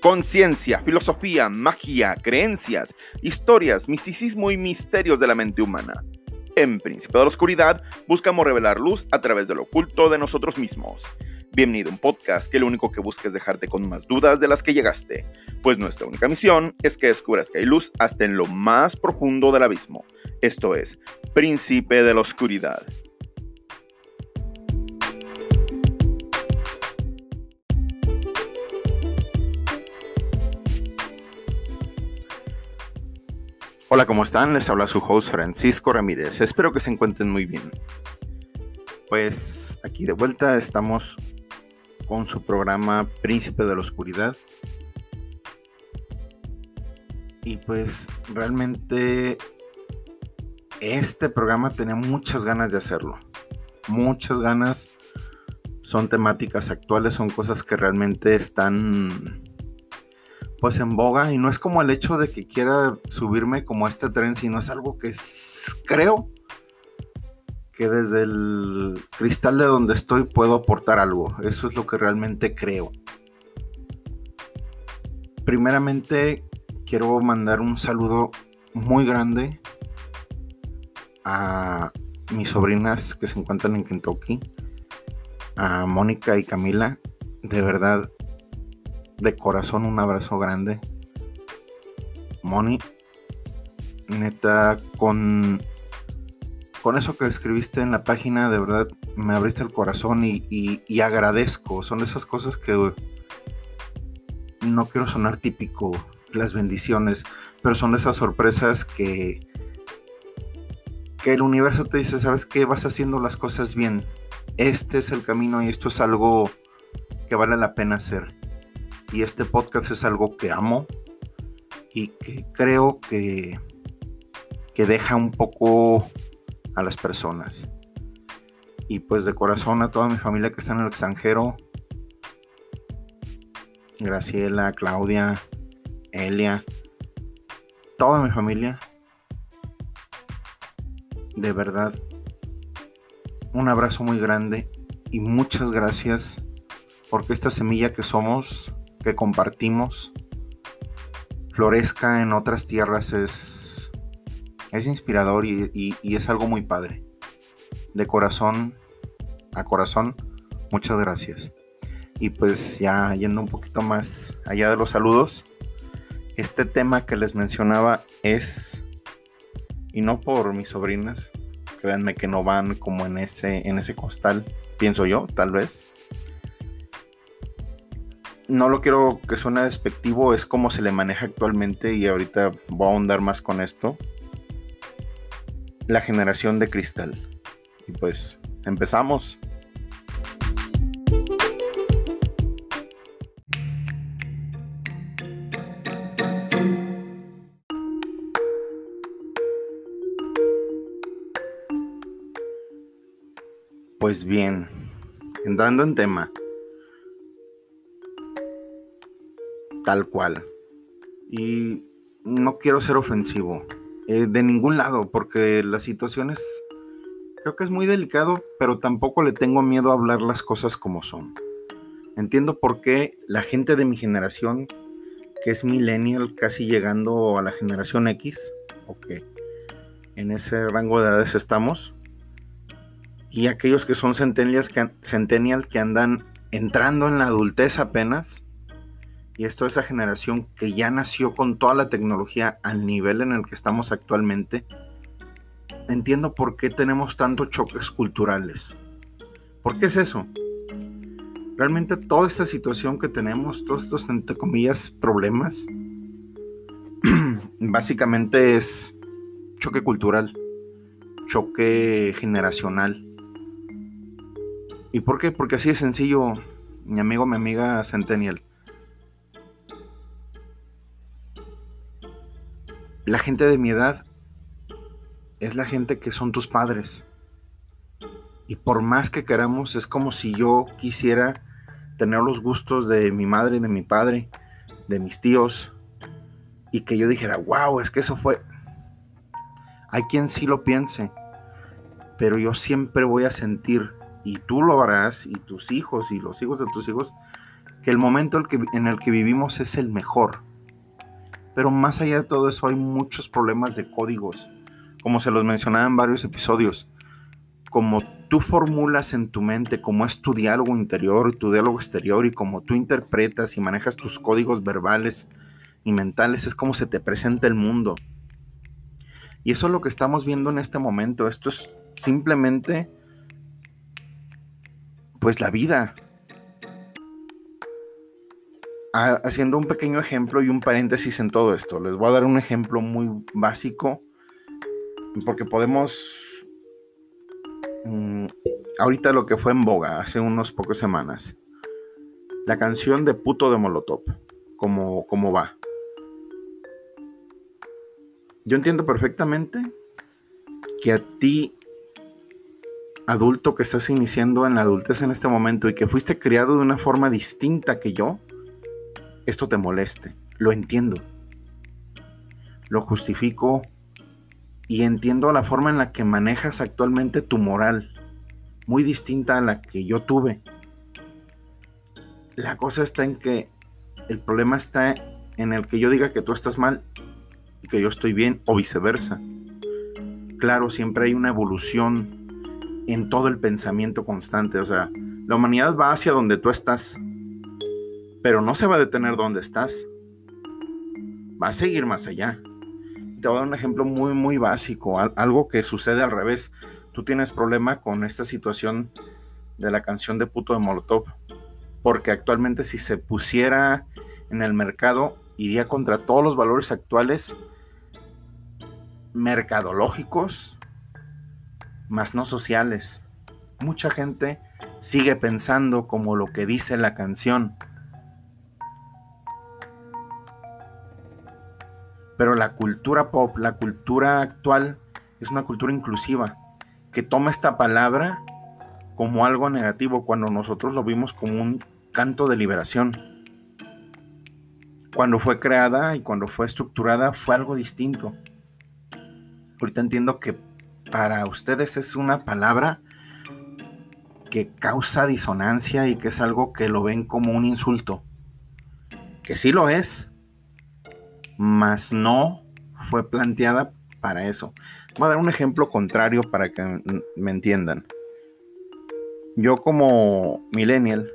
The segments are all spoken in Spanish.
Conciencia, filosofía, magia, creencias, historias, misticismo y misterios de la mente humana. En Príncipe de la Oscuridad buscamos revelar luz a través de lo oculto de nosotros mismos. Bienvenido a un podcast que lo único que busca es dejarte con más dudas de las que llegaste, pues nuestra única misión es que descubras que hay luz hasta en lo más profundo del abismo. Esto es Príncipe de la Oscuridad. Hola, ¿cómo están? Les habla su host Francisco Ramírez. Espero que se encuentren muy bien. Pues aquí de vuelta estamos con su programa Príncipe de la Oscuridad. Y pues realmente este programa tenía muchas ganas de hacerlo. Muchas ganas. Son temáticas actuales, son cosas que realmente están pues en boga, y no es como el hecho de que quiera subirme como a este tren, sino es algo que creo que desde el cristal de donde estoy puedo aportar algo. Eso es lo que realmente creo. Primeramente quiero mandar un saludo muy grande a mis sobrinas que se encuentran en Kentucky, a Mónica y Camila. De verdad, de corazón, un abrazo grande. Moni, neta, con eso que escribiste en la página, de verdad me abriste el corazón y agradezco. Son de esas cosas que no quiero sonar típico, las bendiciones, pero son de esas sorpresas que el universo te dice: ¿sabes qué? Vas haciendo las cosas bien. Este es el camino y esto es algo que vale la pena hacer. Y este podcast es algo que amo y que creo que deja un poco a las personas. Y pues de corazón a toda mi familia que está en el extranjero: Graciela, Claudia, Elia, toda mi familia. De verdad, un abrazo muy grande y muchas gracias, porque esta semilla que somos, que compartimos, florezca en otras tierras. Es inspirador y es algo muy padre. De corazón a corazón, muchas gracias. Y pues ya yendo un poquito más allá de los saludos, este tema que les mencionaba es, y no por mis sobrinas, créanme que no van como en ese costal, pienso yo, tal vez. No lo quiero que suene despectivo, es como se le maneja actualmente, y ahorita voy a ahondar más con esto. La generación de cristal. Y pues empezamos. Pues bien, entrando en tema, tal cual. Y no quiero ser ofensivo de ningún lado, porque la situación creo que es muy delicado, pero tampoco le tengo miedo a hablar las cosas como son. Entiendo por qué la gente de mi generación, que es millennial, casi llegando a la generación X, o que en ese rango de edades estamos, y aquellos que son centennials que andan entrando en la adultez apenas, y es toda esa generación que ya nació con toda la tecnología al nivel en el que estamos actualmente. Entiendo por qué tenemos tantos choques culturales. ¿Por qué es eso? Realmente toda esta situación que tenemos, todos estos, entre comillas, problemas, básicamente es choque cultural, choque generacional. ¿Y por qué? Porque así de sencillo, mi amigo, mi amiga Centennial. La gente de mi edad es la gente que son tus padres. Y por más que queramos, es como si yo quisiera tener los gustos de mi madre y de mi padre, de mis tíos, y que yo dijera: wow, es que eso fue. Hay quien sí lo piense, pero yo siempre voy a sentir, y tú lo harás, y tus hijos y los hijos de tus hijos, que el momento en el que vivimos es el mejor. Pero más allá de todo eso hay muchos problemas de códigos, como se los mencionaba en varios episodios. Como tú formulas en tu mente, cómo es tu diálogo interior, tu diálogo exterior, y cómo tú interpretas y manejas tus códigos verbales y mentales, es como se te presenta el mundo. Y eso es lo que estamos viendo en este momento. Esto es simplemente, pues, la vida. Haciendo un pequeño ejemplo y un paréntesis en todo esto, les voy a dar un ejemplo muy básico, porque podemos, ahorita lo que fue en boga hace unas pocas semanas, la canción de Puto de Molotov, cómo va. Yo entiendo perfectamente que a ti, adulto que estás iniciando en la adultez en este momento y que fuiste criado de una forma distinta que yo, esto te moleste. Lo entiendo, lo justifico y entiendo la forma en la que manejas actualmente tu moral, muy distinta a la que yo tuve. La cosa está en que el problema está en el que yo diga que tú estás mal y que yo estoy bien, o viceversa. Claro, siempre hay una evolución en todo el pensamiento constante. O sea, la humanidad va hacia donde tú estás, pero no se va a detener donde estás. Va a seguir más allá. Te voy a dar un ejemplo muy, muy básico, algo que sucede al revés. Tú tienes problema con esta situación de la canción de Puto de Molotov, porque actualmente si se pusiera en el mercado, iría contra todos los valores actuales mercadológicos, más no sociales. Mucha gente sigue pensando como lo que dice la canción, pero la cultura pop, la cultura actual, es una cultura inclusiva, que toma esta palabra como algo negativo cuando nosotros lo vimos como un canto de liberación. Cuando fue creada y cuando fue estructurada fue algo distinto. Ahorita entiendo que para ustedes es una palabra que causa disonancia y que es algo que lo ven como un insulto, que sí lo es, mas no fue planteada para eso. Voy a dar un ejemplo contrario para que me entiendan. Yo como millennial,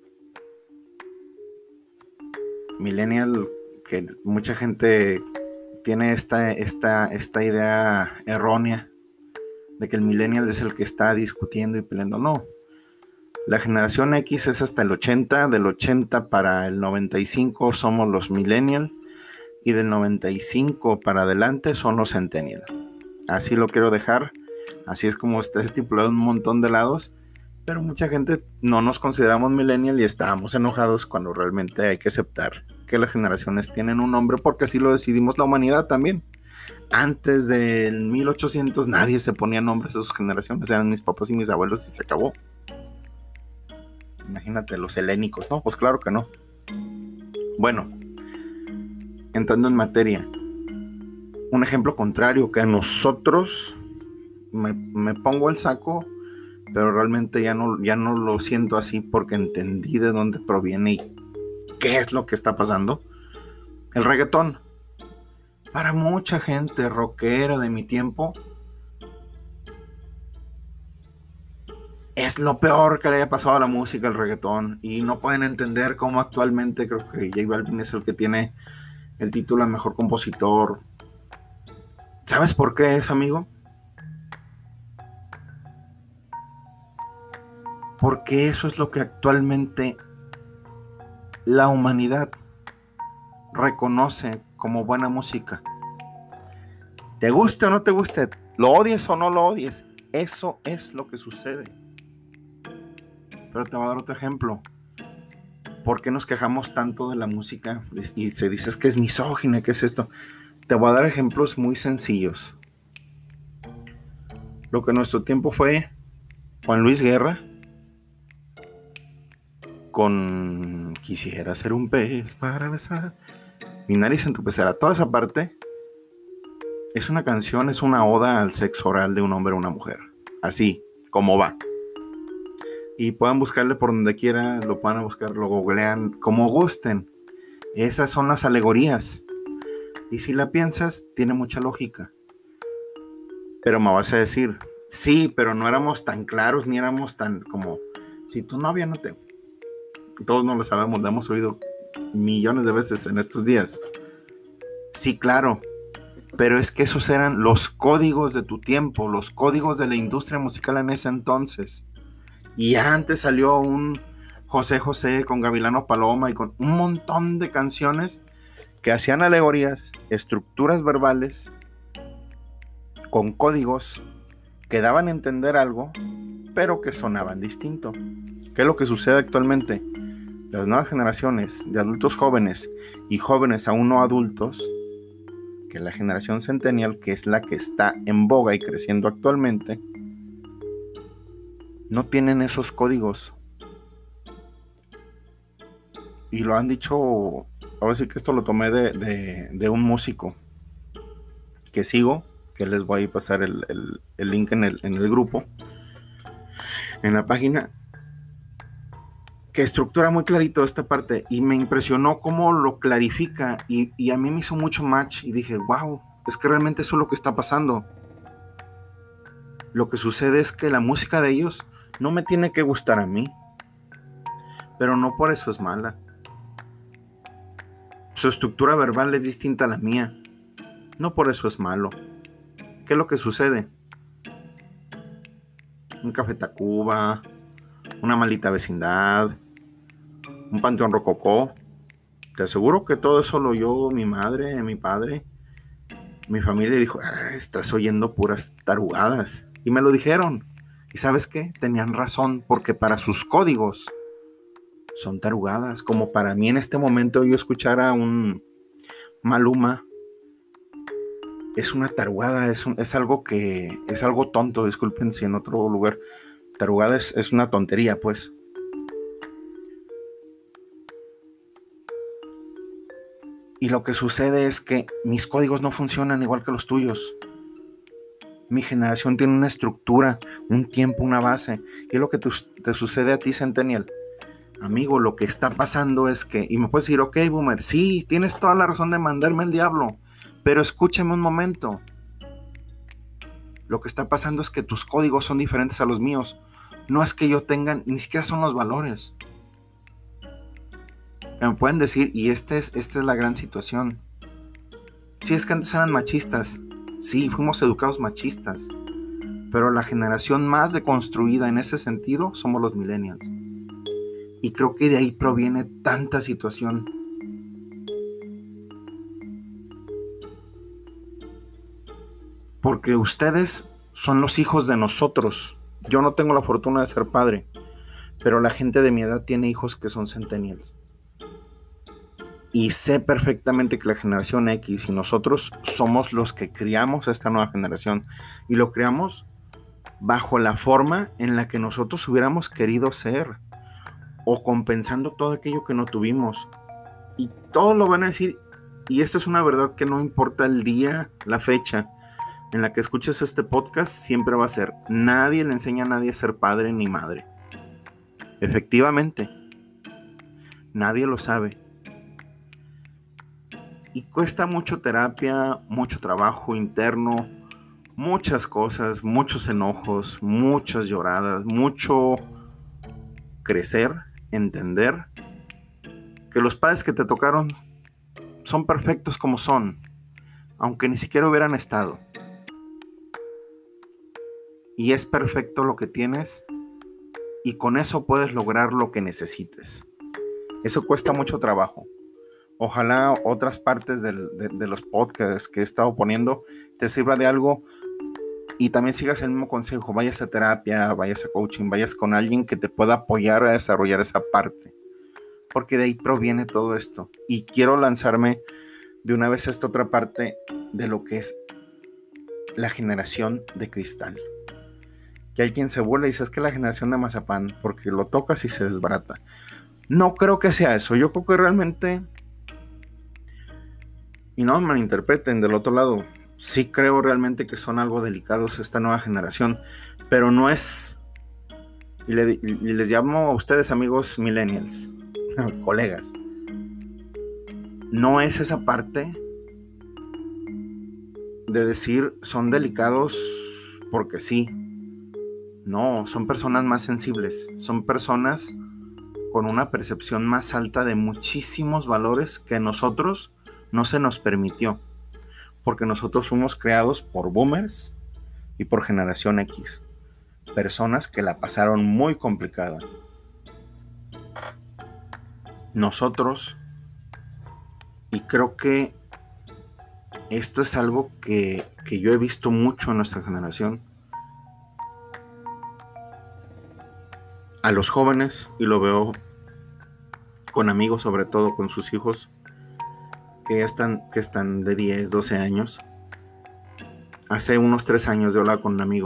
que mucha gente tiene esta idea errónea de que el millennial es el que está discutiendo y peleando. No, la generación X es hasta el 80, del 80 para el 95 somos los millennial, y del 95 para adelante son los centennial. Así lo quiero dejar, así es como está estipulado en un montón de lados, pero mucha gente no nos consideramos millennial y estábamos enojados cuando realmente hay que aceptar que las generaciones tienen un nombre, porque así lo decidimos la humanidad también. Antes del 1800 nadie se ponía nombres a sus generaciones, eran mis papás y mis abuelos y se acabó. Imagínate, los helénicos, no, pues claro que no. Bueno, entrando en materia, un ejemplo contrario que a nosotros me pongo el saco, pero realmente ya no lo siento así porque entendí de dónde proviene y qué es lo que está pasando. El reggaetón. Para mucha gente rockera de mi tiempo, es lo peor que le haya pasado a la música, el reggaetón, y no pueden entender cómo actualmente creo que J Balvin es el que tiene el título de mejor compositor. ¿Sabes por qué es, amigo? Porque eso es lo que actualmente la humanidad reconoce como buena música. Te guste o no te guste, lo odies o no lo odies, eso es lo que sucede. Pero te voy a dar otro ejemplo. ¿Por qué nos quejamos tanto de la música? Y se dice que es misógina, ¿qué es esto? Te voy a dar ejemplos muy sencillos. Lo que en nuestro tiempo fue Juan Luis Guerra con Quisiera ser un pez para besar mi nariz en tu pecera. Toda esa parte es una canción, es una oda al sexo oral de un hombre a una mujer. Así como va. Y puedan buscarle por donde quiera, lo puedan buscar, lo googlean, como gusten. Esas son las alegorías. Y si la piensas, tiene mucha lógica. Pero me vas a decir, sí, pero no éramos tan claros, ni éramos tan como, si tu novia no te... Todos no lo sabemos, lo hemos oído millones de veces en estos días. Sí, claro, pero es que esos eran los códigos de tu tiempo, los códigos de la industria musical en ese entonces. Y antes salió un José José con Gavilano Paloma y con un montón de canciones que hacían alegorías, estructuras verbales, con códigos que daban a entender algo, pero que sonaban distinto. ¿Qué es lo que sucede actualmente? Las nuevas generaciones de adultos jóvenes y jóvenes aún no adultos, que la generación centennial, que es la que está en boga y creciendo actualmente, no tienen esos códigos. Y lo han dicho, ahora sí que esto lo tomé de un músico que sigo, que les voy a pasar el link en el grupo, en la página, que estructura muy clarito esta parte y me impresionó cómo lo clarifica y a mí me hizo mucho match y dije, wow, es que realmente eso es lo que está pasando. Lo que sucede es que la música de ellos no me tiene que gustar a mí, pero no por eso es mala. Su estructura verbal es distinta a la mía, no por eso es malo. ¿Qué es lo que sucede? Un Café Tacuba, una Maldita Vecindad, un Panteón Rococó. Te aseguro que todo eso lo oyó mi madre, mi padre, mi familia dijo, estás oyendo puras tarugadas. Y me lo dijeron. ¿Y sabes qué? Tenían razón, porque para sus códigos son tarugadas. Como para mí en este momento yo escuchar a un Maluma, es una tarugada, es algo que es algo tonto, disculpen si en otro lugar. Tarugada es una tontería, pues. Y lo que sucede es que mis códigos no funcionan igual que los tuyos. Mi generación tiene una estructura, un tiempo, una base. Y es lo que te sucede a ti, Centennial. Amigo, lo que está pasando es que, y me puedes decir, ok, Boomer, sí, tienes toda la razón de mandarme el diablo, pero escúchame un momento. Lo que está pasando es que tus códigos son diferentes a los míos. No es que yo tenga, ni siquiera son los valores. Que me pueden decir, y esta es la gran situación. Sí, es que antes eran machistas. Sí, fuimos educados machistas. Pero la generación más deconstruida en ese sentido somos los millennials. Y creo que de ahí proviene tanta situación. Porque ustedes son los hijos de nosotros. Yo no tengo la fortuna de ser padre, pero la gente de mi edad tiene hijos que son centennials. Y sé perfectamente que la generación X y nosotros somos los que criamos a esta nueva generación. Y lo criamos bajo la forma en la que nosotros hubiéramos querido ser. O compensando todo aquello que no tuvimos. Y todos lo van a decir. Y esto es una verdad que no importa el día, la fecha en la que escuches este podcast, siempre va a ser, nadie le enseña a nadie a ser padre ni madre. Efectivamente, nadie lo sabe. Y cuesta mucho terapia, mucho trabajo interno, muchas cosas, muchos enojos, muchas lloradas, mucho crecer, entender que los padres que te tocaron son perfectos como son, aunque ni siquiera hubieran estado. Y es perfecto lo que tienes y con eso puedes lograr lo que necesites. Eso cuesta mucho trabajo. Ojalá otras partes de los podcasts que he estado poniendo te sirva de algo y también sigas el mismo consejo. Vayas a terapia, vayas a coaching, vayas con alguien que te pueda apoyar a desarrollar esa parte. Porque de ahí proviene todo esto. Y quiero lanzarme de una vez a esta otra parte de lo que es la generación de cristal. Que hay quien se burla y dice, es que la generación de mazapán, porque lo tocas y se desbarata. No creo que sea eso. Yo creo que realmente, y no me malinterpreten del otro lado, sí creo realmente que son algo delicados esta nueva generación, pero no es y les llamo a ustedes amigos millennials, colegas. No es esa parte de decir son delicados porque sí. No, son personas más sensibles, son personas con una percepción más alta de muchísimos valores que a nosotros no se nos permitió, porque nosotros fuimos creados por boomers y por generación X, personas que la pasaron muy complicada. Nosotros, y creo que esto es algo que yo he visto mucho en nuestra generación, a los jóvenes, y lo veo con amigos, sobre todo con sus hijos, que ya están de 10, 12 años. Hace unos 3 años yo hablaba con un amigo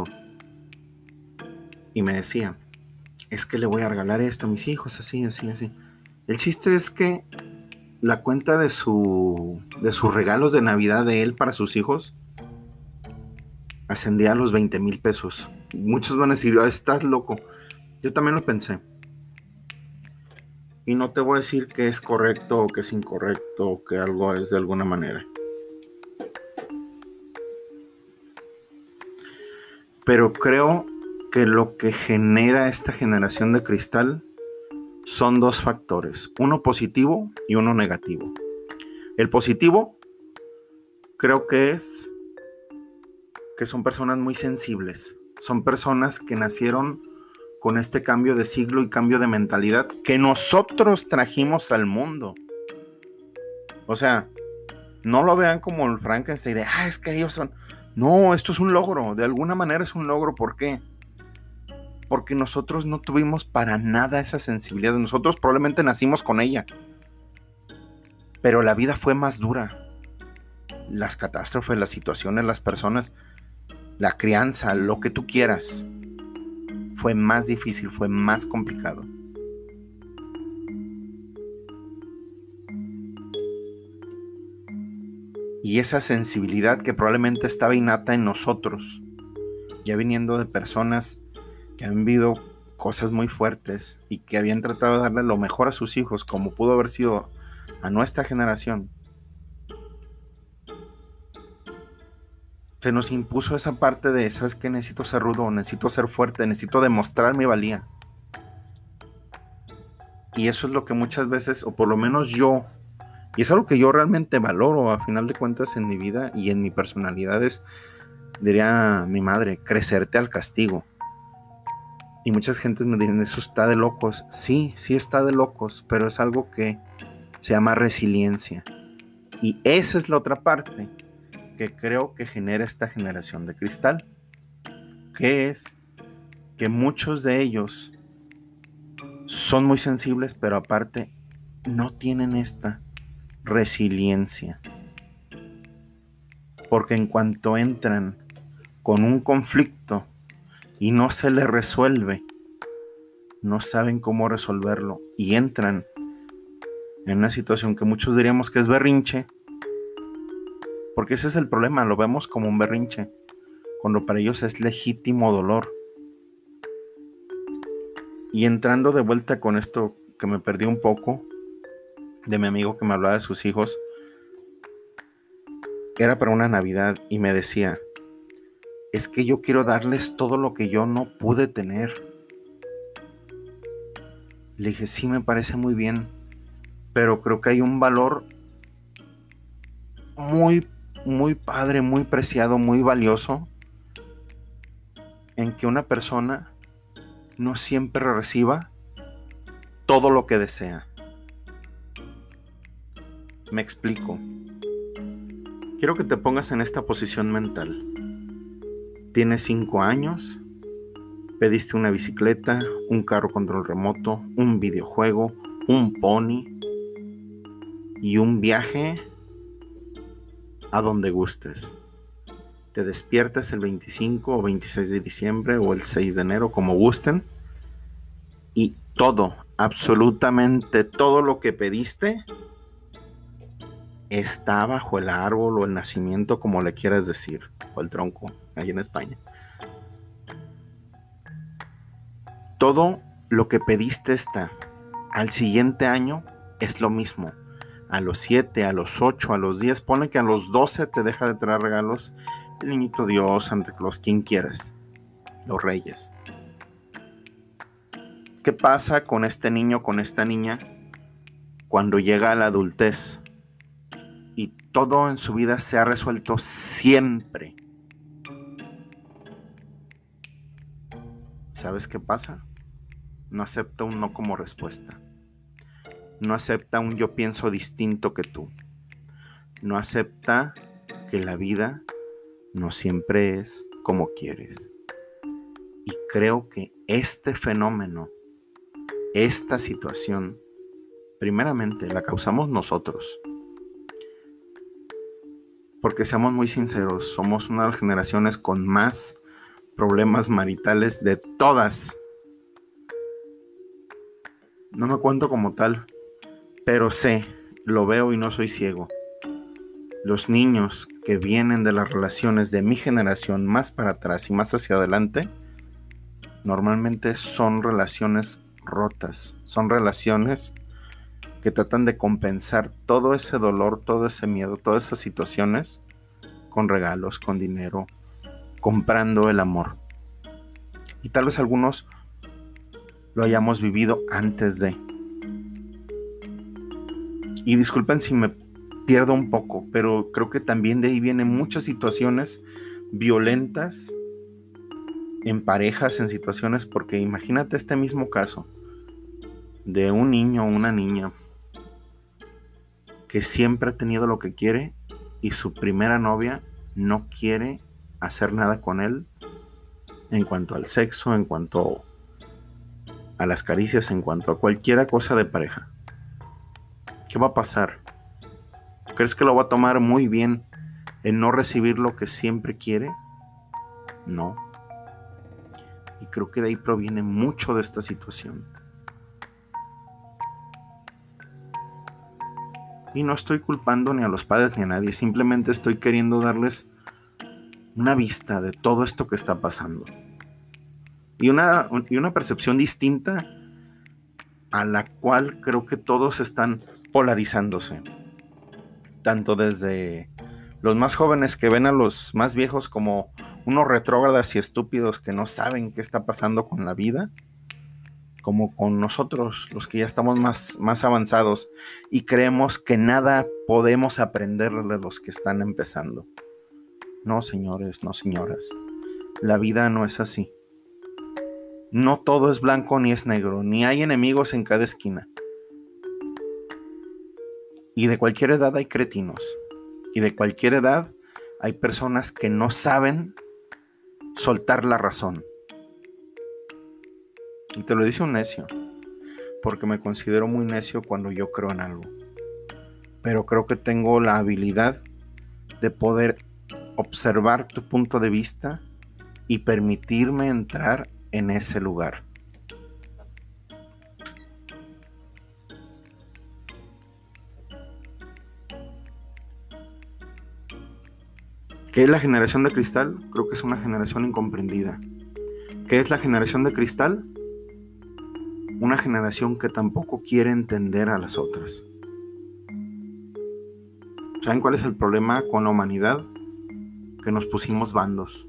y me decía, es que le voy a regalar esto a mis hijos, así, así, así. El chiste es que la cuenta de sus regalos de Navidad de él para sus hijos ascendía a los 20,000 pesos. Muchos van a decir, estás loco. Yo también lo pensé. Y no te voy a decir que es correcto o que es incorrecto o que algo es de alguna manera. Pero creo que lo que genera esta generación de cristal son dos factores, uno positivo y uno negativo. El positivo creo que son personas muy sensibles, son personas que nacieron con este cambio de siglo y cambio de mentalidad que nosotros trajimos al mundo. O sea, no lo vean como el Frankenstein de, es que ellos son... No, esto es un logro, de alguna manera es un logro. ¿Por qué? Porque nosotros no tuvimos para nada esa sensibilidad. Nosotros probablemente nacimos con ella, pero la vida fue más dura. Las catástrofes, las situaciones, las personas, la crianza, lo que tú quieras, fue más difícil, fue más complicado. Y esa sensibilidad que probablemente estaba innata en nosotros, ya viniendo de personas que han vivido cosas muy fuertes y que habían tratado de darle lo mejor a sus hijos, como pudo haber sido a nuestra generación, se nos impuso esa parte de, ¿sabes qué? Necesito ser rudo, necesito ser fuerte, necesito demostrar mi valía. Y eso es lo que muchas veces, o por lo menos yo, y es algo que yo realmente valoro a final de cuentas en mi vida y en mi personalidad, es, diría mi madre, crecerte al castigo. Y muchas gentes me dirán, eso está de locos. Sí, sí está de locos, pero es algo que se llama resiliencia. Y esa es la otra parte que creo que genera esta generación de cristal, que es que muchos de ellos son muy sensibles, pero aparte no tienen esta resiliencia. Porque en cuanto entran con un conflicto y no se les resuelve, no saben cómo resolverlo y entran en una situación que muchos diríamos que es berrinche, porque ese es el problema, lo vemos como un berrinche, cuando para ellos es legítimo dolor. Y entrando de vuelta con esto que me perdí un poco, de mi amigo que me hablaba de sus hijos, era para una Navidad y me decía, es que yo quiero darles todo lo que yo no pude tener. Le dije, sí, me parece muy bien, pero creo que hay un valor muy, muy padre, muy preciado, muy valioso en que una persona no siempre reciba todo lo que desea. Me explico. Quiero que te pongas en esta posición mental. Tienes 5 años, pediste una bicicleta, un carro control remoto, un videojuego, un pony y un viaje a donde gustes. Te despiertas el 25 o 26 de diciembre o el 6 de enero, como gusten, y todo, absolutamente todo lo que pediste está bajo el árbol o el nacimiento, como le quieras decir, o el tronco, ahí en España. Todo lo que pediste está. Al siguiente año es lo mismo. A los 7, a los 8, a los 10, pone que a los 12 te deja de traer regalos el niñito Dios, Santa Claus, quien quieras, los reyes. ¿Qué pasa con este niño, con esta niña, cuando llega a la adultez y todo en su vida se ha resuelto siempre? ¿Sabes qué pasa? No acepta un no como respuesta. No acepta un yo pienso distinto que tú. No acepta que la vida no siempre es como quieres. Y creo que este fenómeno, esta situación, primeramente la causamos nosotros. Porque seamos muy sinceros, somos una de las generaciones con más problemas maritales de todas. No me cuento como tal, pero sé, lo veo y no soy ciego. Los niños que vienen de las relaciones de mi generación más para atrás y más hacia adelante, normalmente son relaciones rotas, son relaciones que tratan de compensar todo ese dolor, todo ese miedo, todas esas situaciones con regalos, con dinero, comprando el amor. Y tal vez algunos lo hayamos vivido antes de. Y disculpen si me pierdo un poco, pero creo que también de ahí vienen muchas situaciones violentas en parejas, en situaciones, porque imagínate este mismo caso de un niño o una niña que siempre ha tenido lo que quiere y su primera novia no quiere hacer nada con él en cuanto al sexo, en cuanto a las caricias, en cuanto a cualquier cosa de pareja. ¿Qué va a pasar? ¿Crees que lo va a tomar muy bien en no recibir lo que siempre quiere? No. Y creo que de ahí proviene mucho de esta situación. Y no estoy culpando ni a los padres ni a nadie, simplemente estoy queriendo darles una vista de todo esto que está pasando. Y una percepción distinta a la cual creo que todos están polarizándose. Tanto desde los más jóvenes que ven a los más viejos como unos retrógradas y estúpidos que no saben qué está pasando con la vida, como con nosotros, los que ya estamos más avanzados y creemos que nada podemos aprenderle a los que están empezando. No, señores, no, señoras. La vida no es así. No todo es blanco ni es negro, ni hay enemigos en cada esquina. Y de cualquier edad hay cretinos. Y de cualquier edad hay personas que no saben soltar la razón. Y te lo dice un necio, porque me considero muy necio cuando yo creo en algo. Pero creo que tengo la habilidad de poder observar tu punto de vista y permitirme entrar en ese lugar. ¿Qué es la generación de cristal? Creo que es una generación incomprendida. ¿Qué es la generación de cristal? Una generación que tampoco quiere entender a las otras. ¿Saben cuál es el problema con la humanidad? Que nos pusimos bandos.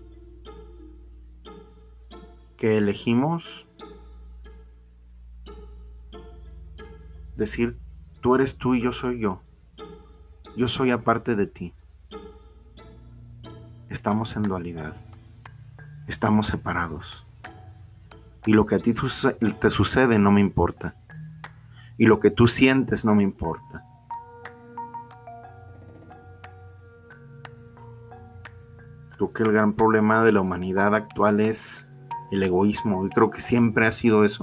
Que elegimos decir, tú eres tú y yo soy yo. Yo soy aparte de ti. Estamos en dualidad. Estamos separados. Y lo que a ti te sucede no me importa. Y lo que tú sientes no me importa. Creo que el gran problema de la humanidad actual es el egoísmo. Y creo que siempre ha sido eso.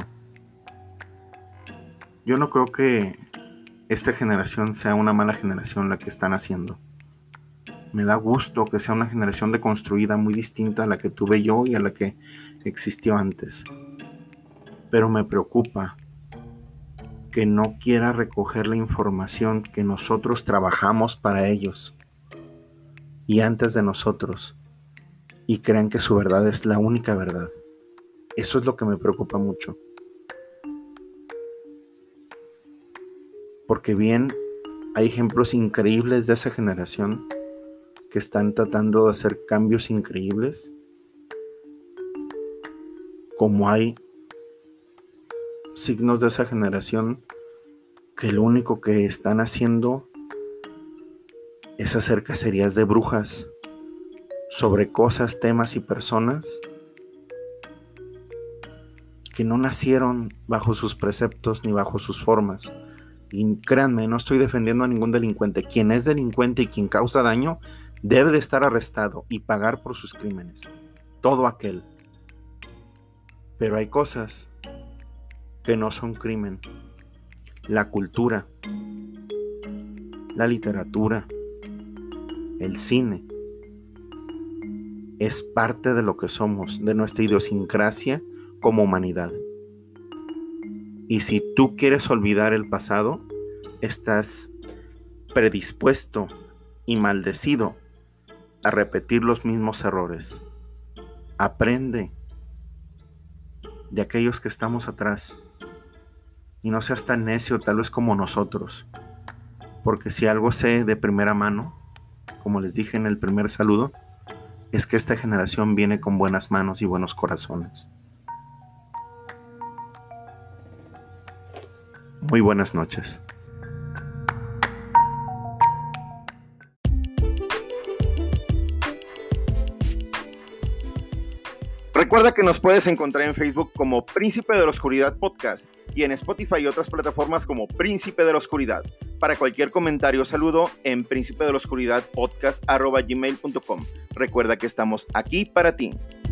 Yo no creo que esta generación sea una mala generación la que están haciendo. Me da gusto que sea una generación deconstruida muy distinta a la que tuve yo y a la que existió antes. Pero me preocupa que no quiera recoger la información que nosotros trabajamos para ellos y antes de nosotros y crean que su verdad es la única verdad. Eso es lo que me preocupa mucho. Porque bien, hay ejemplos increíbles de esa generación que están tratando de hacer cambios increíbles, como hay signos de esa generación que lo único que están haciendo es hacer cacerías de brujas sobre cosas, temas y personas que no nacieron bajo sus preceptos ni bajo sus formas. Y créanme, no estoy defendiendo a ningún delincuente. Quien es delincuente y quien causa daño debe de estar arrestado y pagar por sus crímenes. Todo aquel. Pero hay cosas que no son crimen. La cultura, la literatura, el cine, es parte de lo que somos, de nuestra idiosincrasia como humanidad. Y si tú quieres olvidar el pasado, estás predispuesto y maldecido a repetir los mismos errores. Aprende de aquellos que estamos atrás y no seas tan necio tal vez como nosotros, porque si algo sé de primera mano, como les dije en el primer saludo, es que esta generación viene con buenas manos y buenos corazones. Muy buenas noches. Recuerda que nos puedes encontrar en Facebook como Príncipe de la Oscuridad Podcast y en Spotify y otras plataformas como Príncipe de la Oscuridad. Para cualquier comentario o saludo en príncipe de la oscuridad podcast @gmail.com. Recuerda que estamos aquí para ti.